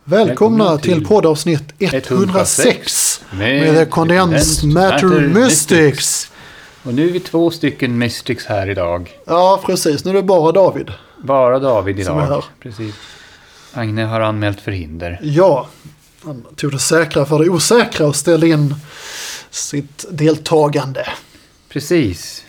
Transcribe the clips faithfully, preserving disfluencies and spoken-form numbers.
Välkomna till poddavsnitt etthundrasex med The Condensed Matter Mystics. Och nu är vi två stycken mystics här idag. Ja, precis. Nu är det bara David. Bara David som är idag. här. Precis. Agne har anmält förhinder. Ja, han tog det säkra för det osäkra och ställde in sitt deltagande. Precis.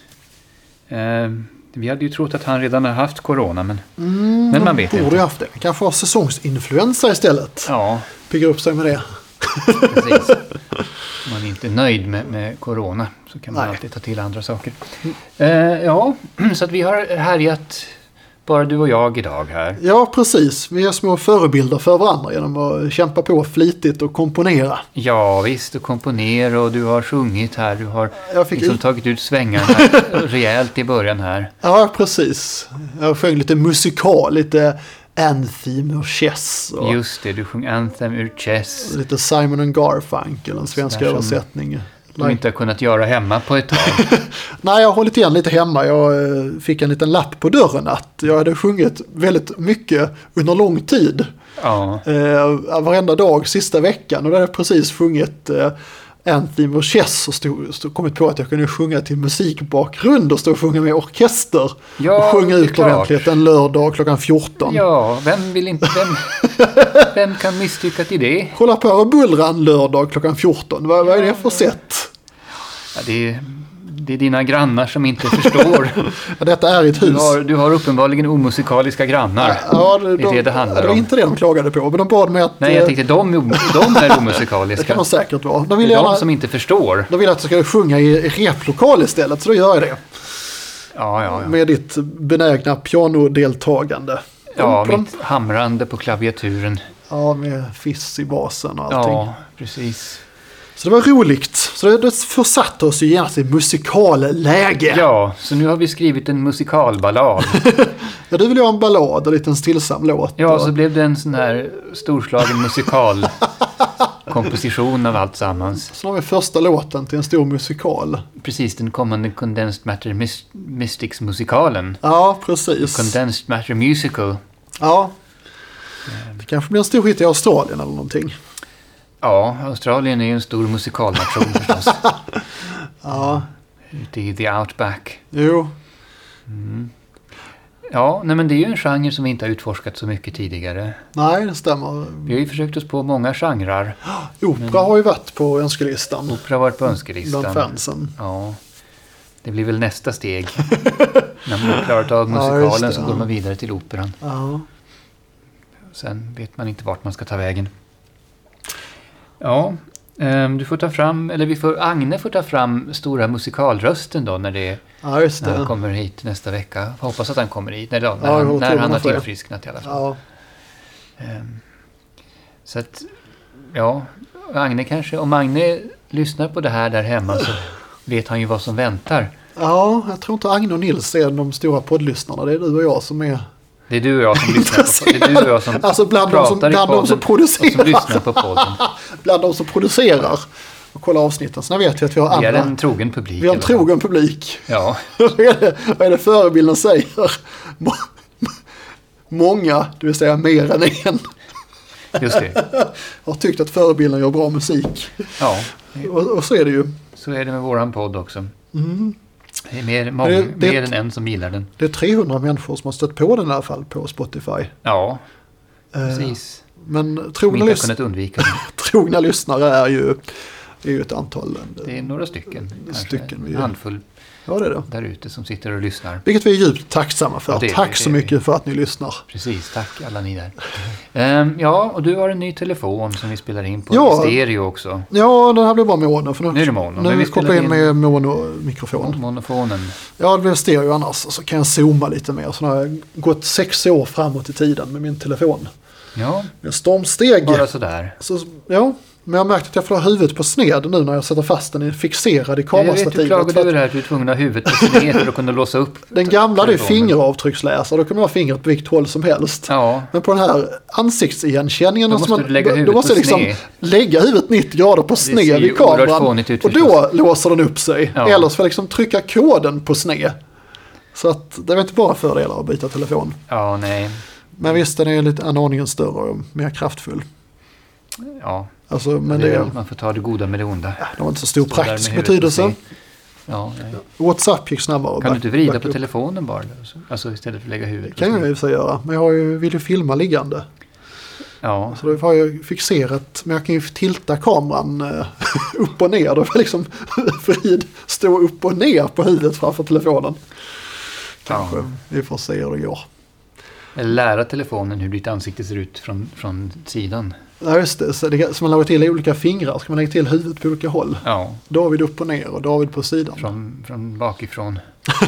Eh, vi hade ju trott att han redan har haft corona, men, Mm, men man vet borde inte. ju haft det. Kanske ha säsongsinfluensa istället. Ja, Pigga upp sig med det. precis. Om man inte är nöjd med, med corona så kan man Nej. alltid ta till andra saker. Eh, ja, så att vi har härjat bara du och jag idag här. Ja, precis. Vi är små förebilder för varandra genom att kämpa på flitigt och komponera. Ja, visst, du komponerar och du har sjungit här. Du har Jag fick liksom ut... tagit ut svängarna här, rejält i början här. Ja, precis. Jag sjöng lite musikal, lite Anthem och Chess. Och Just det, du sjöng Anthem ur Chess. lite Simon and Garfunkel, en svensk Där som översättning. Du inte har kunnat göra hemma på ett tag. Nej, jag har hållit igen lite hemma. Jag eh, fick en liten lapp på dörren att jag hade sjungit väldigt mycket under lång tid. Ja, Eh, varenda dag sista veckan. Och då hade jag precis sjungit eh, Anthem och Chess och stod, stod, kommit på att jag kunde sjunga till musikbakgrund och stå och sjunga med orkester. Ja, och sjunga det är ut klart. ordentligt en lördag klockan fjorton. ja vem vill inte... Vem, vem kan misstycka till det? Hålla på och bullra en lördag klockan fjorton. Vad, vad är det för sätt? Ja, det, är, det är dina grannar som inte förstår. Ja, detta är ett Du hus. har, du har uppenbarligen omusikaliska grannar. Ja, det, det är det det handlar det var om. inte det de klagade på, men de bad mig att... Nej, jag eh, tänkte de, de är det kan omusikaliska. de säkert vara. De Det vill, är gärna, de som inte förstår. de vill att jag ska sjunga i replokal istället, så då gör jag det. Ja, ja, ja. Med ditt benägna pianodeltagande. Ja, De- mitt hamrande på klaviaturen. Ja, med fiss i basen och allting. Ja, precis. Så det var roligt. Så det, det försatte oss ju genast i musikalläge. Ja, så nu har vi skrivit en musikalballad. Ja, du vill ju ha en ballad och lite en stillsam låt. Ja, och... så blev det en sån här storslagen musikalkomposition av allt sammans. Så har vi första låten till en stor musikal. Precis, den kommande Condensed Matter Mys- Mystics-musikalen. Ja, precis. Condensed Matter Musical. Ja. Det kanske blir en stor hit i Australien eller någonting. Ja, Australien är ju en stor musikalnation förstås. Ja, Ute i the outback. jo. Ja, nej men det är ju en genre som vi inte har utforskat så mycket tidigare. Nej, det stämmer. Vi har ju försökt oss på många genrer. Opera har ju varit på önskelistan. Opera har varit på önskelistan. Bland fansen. Ja, det blir väl nästa steg. När man har klarat av Ja, musikalen just det, så ja. går man vidare till operan. Ja. Sen vet man inte vart man ska ta vägen. Ja, ehm, du får ta fram, eller vi får, Agne får ta fram stora musikalrösten då när, det, Ja, just när han det. kommer hit nästa vecka. Hoppas att han kommer hit, när, då, när Ja, han, jag när tror han man har får det. tillfrisknat i alla fall. Ja. Ehm, så att, ja, Agne kanske, om Agne lyssnar på det här där hemma så vet han ju vad som väntar. Ja, jag tror inte Agne och Nils är de stora poddlyssnarna. Det är du och jag som är... Det är du och jag som lyssnar på det är du och jag som Alltså bland de som, pratar i bland de som podden och som producerar. lyssnar på podden. Bland de som producerar och kollar avsnitten. Sen vet vi att vi har Vi är andra. en trogen publik. Vi har en eller vad? trogen publik. Ja, Vad är det, vad är det förebilden säger? Må- Många, det vill säga mer än en, just det. har tyckt att förebilden gör bra musik. Ja, Och, och så är det ju. så är det med våran podd också. Mm. Det är mer, mång, Det- det- mer än en som gillar den. Det är trehundra människor som har stött på den i alla fall på Spotify. Ja, Eh, precis. Men Som trogna, inte har lys- kunnat undvika den. trogna lyssnare är ju, är ju ett antal. Det är några stycken. Kanske stycken vi- en handfull Ja, det är det. där ute som sitter och lyssnar. Vilket vi är djupt tacksamma för. Ja, det är vi, Tack det så är vi. mycket för att ni lyssnar. Precis, tack alla ni där. Ehm, ja, och du har en ny telefon som vi spelar in på Ja. stereo också. Ja, den här blir bara mono. För nu, Nu är det mono, Nu men vi kopplar jag in spelar med mono-mikrofon. Monofonen. Ja, det blir stereo annars. Så kan jag zooma lite mer. Så nu har jag gått sex år framåt i tiden med min telefon. Ja, Med stormsteg. bara sådär. Så, ja, men jag har märkt att jag får ha huvudet på sned nu när jag sätter fast den fixerad i Jag vet, du kamerastativet. klagade För över att det här att du är tvungen att ha huvudet på sned för att kunna låsa upp. den gamla hade ju telefonen. fingeravtrycksläsare. Då kan man ha fingret på vilket håll som helst. Ja, Men på den här ansiktsigenkänningen Då så måste du lägga huvudet då måste på jag liksom sned. lägga huvudet nittio grader på ser sned ju i oerhört kameran. fånigt ut Och då låser den upp sig. Ja. Eller så får jag liksom trycka koden på sned. Så att det är inte bara fördelar att byta telefon. ja, nej. Men visst, den är lite en aningen större och mer kraftfull. Ja, Alltså, men det är, det, man får ta det goda med det onda. det var inte så stor Stå där praktisk med huvudet betydelse. på sig. Ja, nej. WhatsApp gick snabbare. Kan back, du inte vrida back på upp. telefonen bara? Alltså istället för att lägga huvudet Det kan på jag i och för sig göra. Men jag har ju, vill ju filma liggande. Ja, Så då har jag fixerat. Men jag kan ju tilta kameran eh, upp och ner. Då får liksom Frid stå upp och ner på huvudet framför telefonen. Kanske. Ja. Vi får se hur det går. eller lära telefonen hur ditt ansikte ser ut från, från sidan. Ja, just det. Så, det, så man lägger till olika fingrar. Ska man lägga till huvudet på olika håll. Ja, David upp och ner och David på sidan. från, från bakifrån.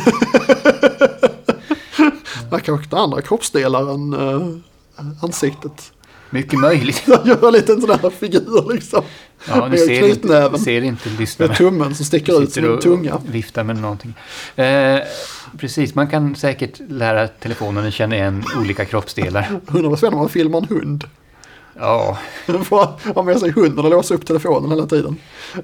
Man kan också andra kroppsdelar än uh, ansiktet. Mycket möjligt. Göra lite en sån här figur liksom. Ja, du Med ser knytnäven. inte, ser inte lyssnarna. Med tummen som sticker ut som en tunga. och viftar med någonting. Eh, precis, man kan säkert lära telefonen att känna igen olika kroppsdelar. Undrar vad spännande om man filmar en hund. Ja, Man får ha med sig hunden och låsa upp telefonen hela tiden.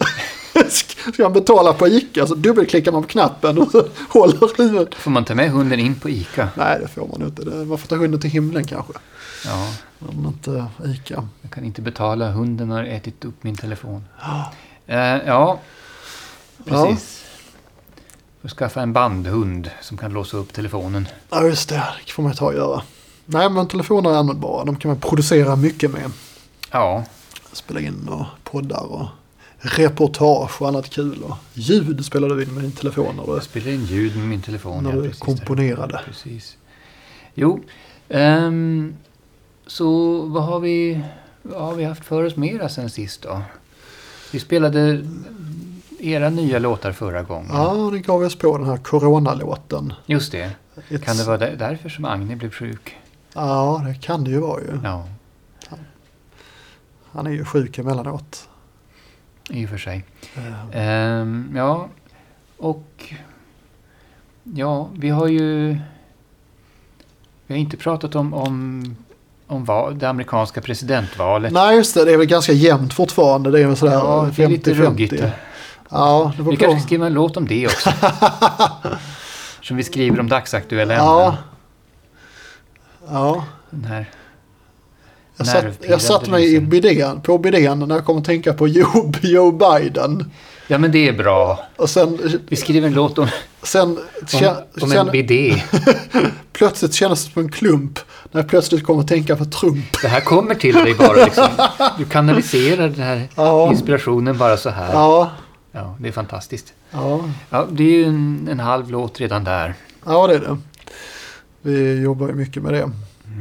Ska man betala på Ica så dubbelklickar man på knappen och så håller huvudet. får man ta med hunden in på Ica? Nej, det får man inte. Det- Man får ta hunden till himlen kanske. Ja, Men inte Ica. jag kan inte betala. Hunden har ätit upp min telefon. Eh, ja, precis. Får skaffa en bandhund som kan låsa upp telefonen. Ja, just det. Det får man ta och göra. Nej, men telefoner är användbara. De kan man producera mycket med. Ja, Spela in och poddar och reportage och annat kul. Och ljud spelar du in med din telefon när du jag spelar in ljud med min telefon. När ja, du precis, komponerade. där. Precis. Jo, ehm, så vad har vi vad har vi haft för oss mera sen sist då? Vi spelade era nya låtar förra gången. Ja, det gav oss på den här coronalåten. Just det. It's... Kan det vara där- därför som Agne blev sjuk? Ja, det kan det ju vara ju. Ja, Han är ju sjuk emellanåt. i och för sig. Eh, Ehm, ja, och ja, vi har ju vi har inte pratat om, om, om val, det amerikanska presidentvalet. Nej, just det. Det är väl ganska jämnt fortfarande. Det är väl sådär Ja, det är lite femtio femtio. ruggigt. Ja, det var Vi på. kanske ska skriva en låt om det också. Som vi skriver om dagsaktuella ämnen. Ja. Ja. Den här. Jag satt, Nervpirrande jag satt mig i rysen. bidén, på bidén när jag kom att tänka på Joe, Joe Biden. Ja, men det är bra. Och sen, Vi skriver en låt om, sen om, kä- om en kän- bidé. plötsligt kändes det som en klump när jag plötsligt kom att tänka på Trump. Det här kommer till dig bara liksom. Du kanaliserar den här Ja. inspirationen bara så här. Ja, Ja, det är fantastiskt. ja, Ja, det är ju en, en halv låt redan där. ja det är det. Vi jobbar ju mycket med det.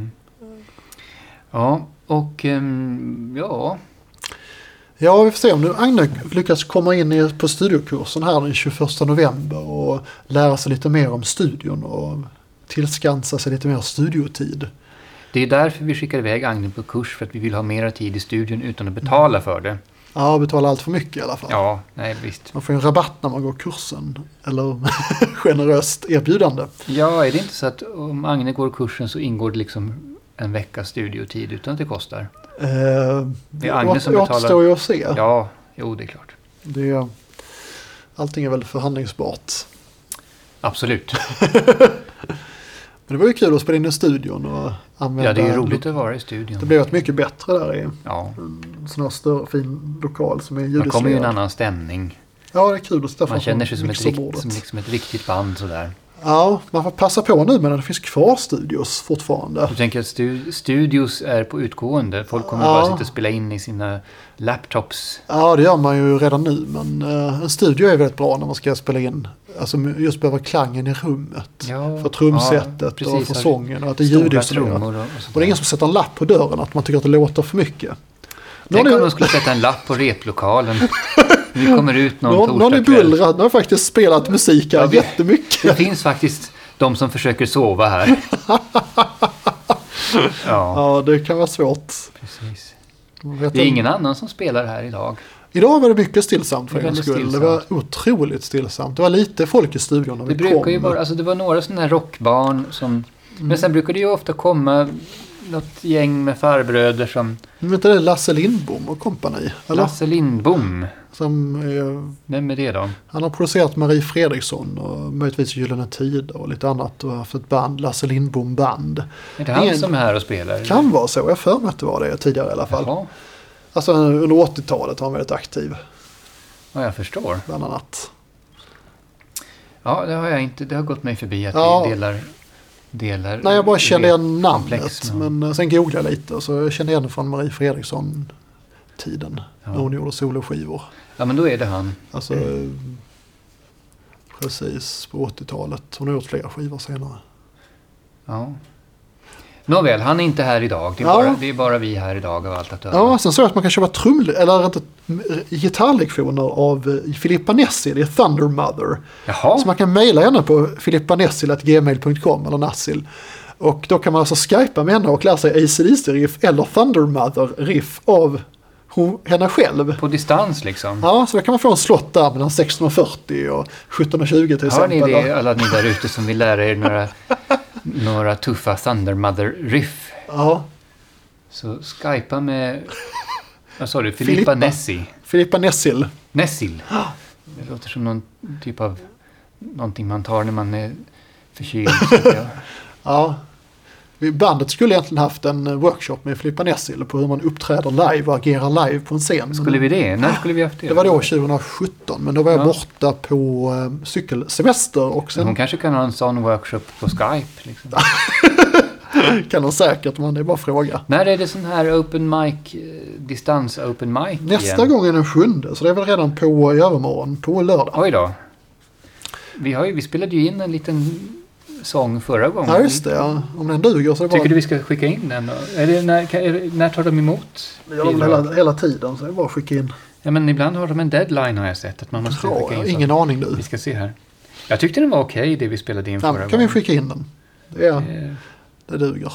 Ja, och ehm, ja, Ja, vi får se om nu Agne lyckas komma in i, på studiokursen här den tjugoförsta november och lära sig lite mer om studion och tillskansa sig lite mer studiotid. det är därför vi skickar iväg Agne på kurs, för att vi vill ha mera tid i studion utan att betala för det. Ja, betala allt för mycket i alla fall. Ja, nej visst. Man får ju en rabatt när man går kursen. Eller generöst erbjudande. Ja, är det inte så att om Agne går kursen så ingår det liksom en veckas studiotid utan att det kostar? Eh, Det är Agne som det betalar. återstår ju att se. Ja, jo det är klart. Det är, allting är väl förhandlingsbart. Absolut. Men det var ju kul att spela in i studion och använda... Ja, det är roligt att vara i studion. Det blev ett mycket bättre där i Ja, en sån här större fin lokal som är man kommer ju i en ljudisolerad. annan stämning. Ja, det är kul att sitta Man framför känner sig som ett, rikt, mixerbordet. som liksom ett riktigt band sådär. Ja, man får passa på nu men det finns kvar studios fortfarande. Du tänker att stu, studios är på utgående. Folk kommer Ja. bara sitta och spela in i sina laptops. Ja, det gör man ju redan nu men uh, en studio är väldigt bra när man ska spela in. Alltså just behöver klangen i rummet. Ja, För trumsetet ja, och precis. för sången och att det är Stora ljudisolerat. trummor och, och Och det är ingen som sätter en lapp på dörren att man tycker att det låter för mycket. Tänk Någon om är- de skulle sätta en lapp på replokalen. Vi kommer ut någon Någon, någon i torsdagkväll. bullrad har faktiskt spelat musik här Ja, vi- jättemycket. Det finns faktiskt de som försöker sova här. Ja, Ja, det kan vara svårt. precis. Man vet Det är en- ingen annan som spelar här idag. Idag var det mycket stillsamt för Det är en väldigt skull. Det stillsamt. var otroligt stillsamt. Det var lite folk i studion när Det vi brukar kom. ju vara, alltså det var några sådana här rockbarn som... Mm. Men sen brukar det ju ofta komma något gäng med farbröder som Men vet du det, Lasse Lindbom och kompani? Eller? Lasse Lindbom. Som är, Vem är det då? han har producerat Marie Fredriksson och möjligtvis Gyllene Tider och lite annat och haft ett band, Lasse Lindbom band. Är det han Ingen- som är här och spelar? Kan vara så, jag har för mig att det var det tidigare i alla fall. Jaha. Alltså under åttiotalet var han väldigt aktiv. Ja, jag förstår. Bland annat. Ja, det har jag inte. Det har gått mig förbi att Ja. vi delar... delar Nej, jag bara kände igen namnet. komplex, Men sen googlade jag lite. Så jag kände igen det från Marie Fredriksson-tiden. Ja. När hon gjorde soloskivor. Ja, men då är det han. Alltså... Precis på åttiotalet. Hon har gjort flera skivor senare. Ja. Nåväl, han är inte här idag. Det är, Ja. bara, det är bara vi här idag av allt att döma. Ja, sen så att man kan köpa trumle eller inte gitarrlektioner av Filippa Nessil i Thunder Mother. Jaha. Så man kan mejla henne på filippanessil at gmail punkt com eller Nassil. Och då kan man alltså skypa med henne och lära sig A C D C-riff eller Thunder Mother-riff av hon, henne själv. På distans liksom. Ja, så då kan man få en slott där mellan sexton fyrtio och sjutton tjugo till Hör exempel. ni det, alla ni där ute som vill lära er några, några tuffa Thunder Mother-riff? Ja, Så skypa med... Vad sa du? Filippa, Filippa. Nessi. Filippa Nessil. Nessil. Det låter som någon typ av... Någonting man tar när man är förkyld. Ja. Ja. Bandet skulle egentligen haft en workshop med Filippa Nessil på hur man uppträder live och agerar live på en scen. Skulle vi det? När skulle vi haft det? Det var då tjugosjutton, men då var jag Ja. borta på eh, cykelsemester och sen Hon kanske kan ha en sån workshop på Skype. Liksom. kan de säkert, men det är bara fråga. När är det sån här open mic, eh, distans open mic Nästa igen? gång är den sjunde, så det är väl redan på i övermorgon, på lördag. Oj då. Vi, har ju, vi spelade ju in en liten sång förra gången. Ja, just det. Ja. Om den duger så är det bara... Tycker du vi ska skicka in den då? Eller när, kan, är det- när tar de emot? Det gör de bidrag? hela, hela tiden, så det är bara att skicka in. Ja, men ibland har de en deadline har jag sett. Att man måste Ja, skicka jag in har så. ingen aning nu. Vi ska se här. Jag tyckte den var okej det vi spelade in Ja, förra kan vi gången. skicka in den? Det, är, Eh, det duger.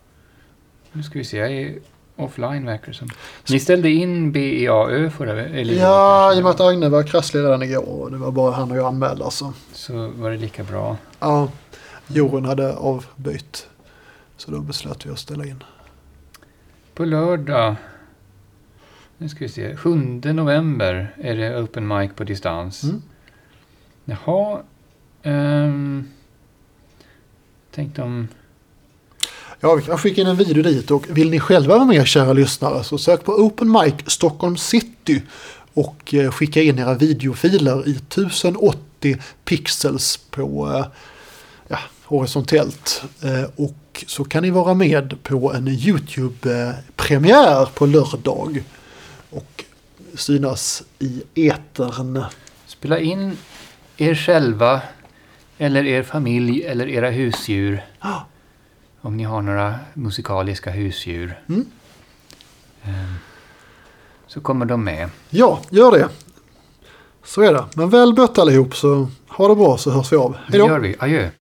Nu ska vi se, jag är offline verkar det som. Ni ställde in B E A Ö förra eller Ja, i och med att Agne var krasslig redan igår och det var bara han och jag anmälda. Alltså. så var det lika bra. Ja, juryn hade avbytt. Så då beslöt vi att ställa in. På lördag, nu ska vi se, sjunde november är det open mic på distans. Mm. Jaha, um, tänkte om... Ja, vi kan skicka in en video dit och vill ni själva vara med, kära lyssnare, så sök på Open Mic Stockholm City och eh, skicka in era videofiler i tusen åttio pixels på eh, ja, horisontellt. Eh, och så kan ni vara med på en YouTube-premiär på lördag och synas i etern. Spela in er själva eller er familj eller era husdjur. Ah. Om ni har några musikaliska husdjur. Mm. Ehm, Så kommer de med. Ja, gör det. Så är det. Men väl bött allihop, så ha det bra så hörs vi av. Det gör vi. Adjö.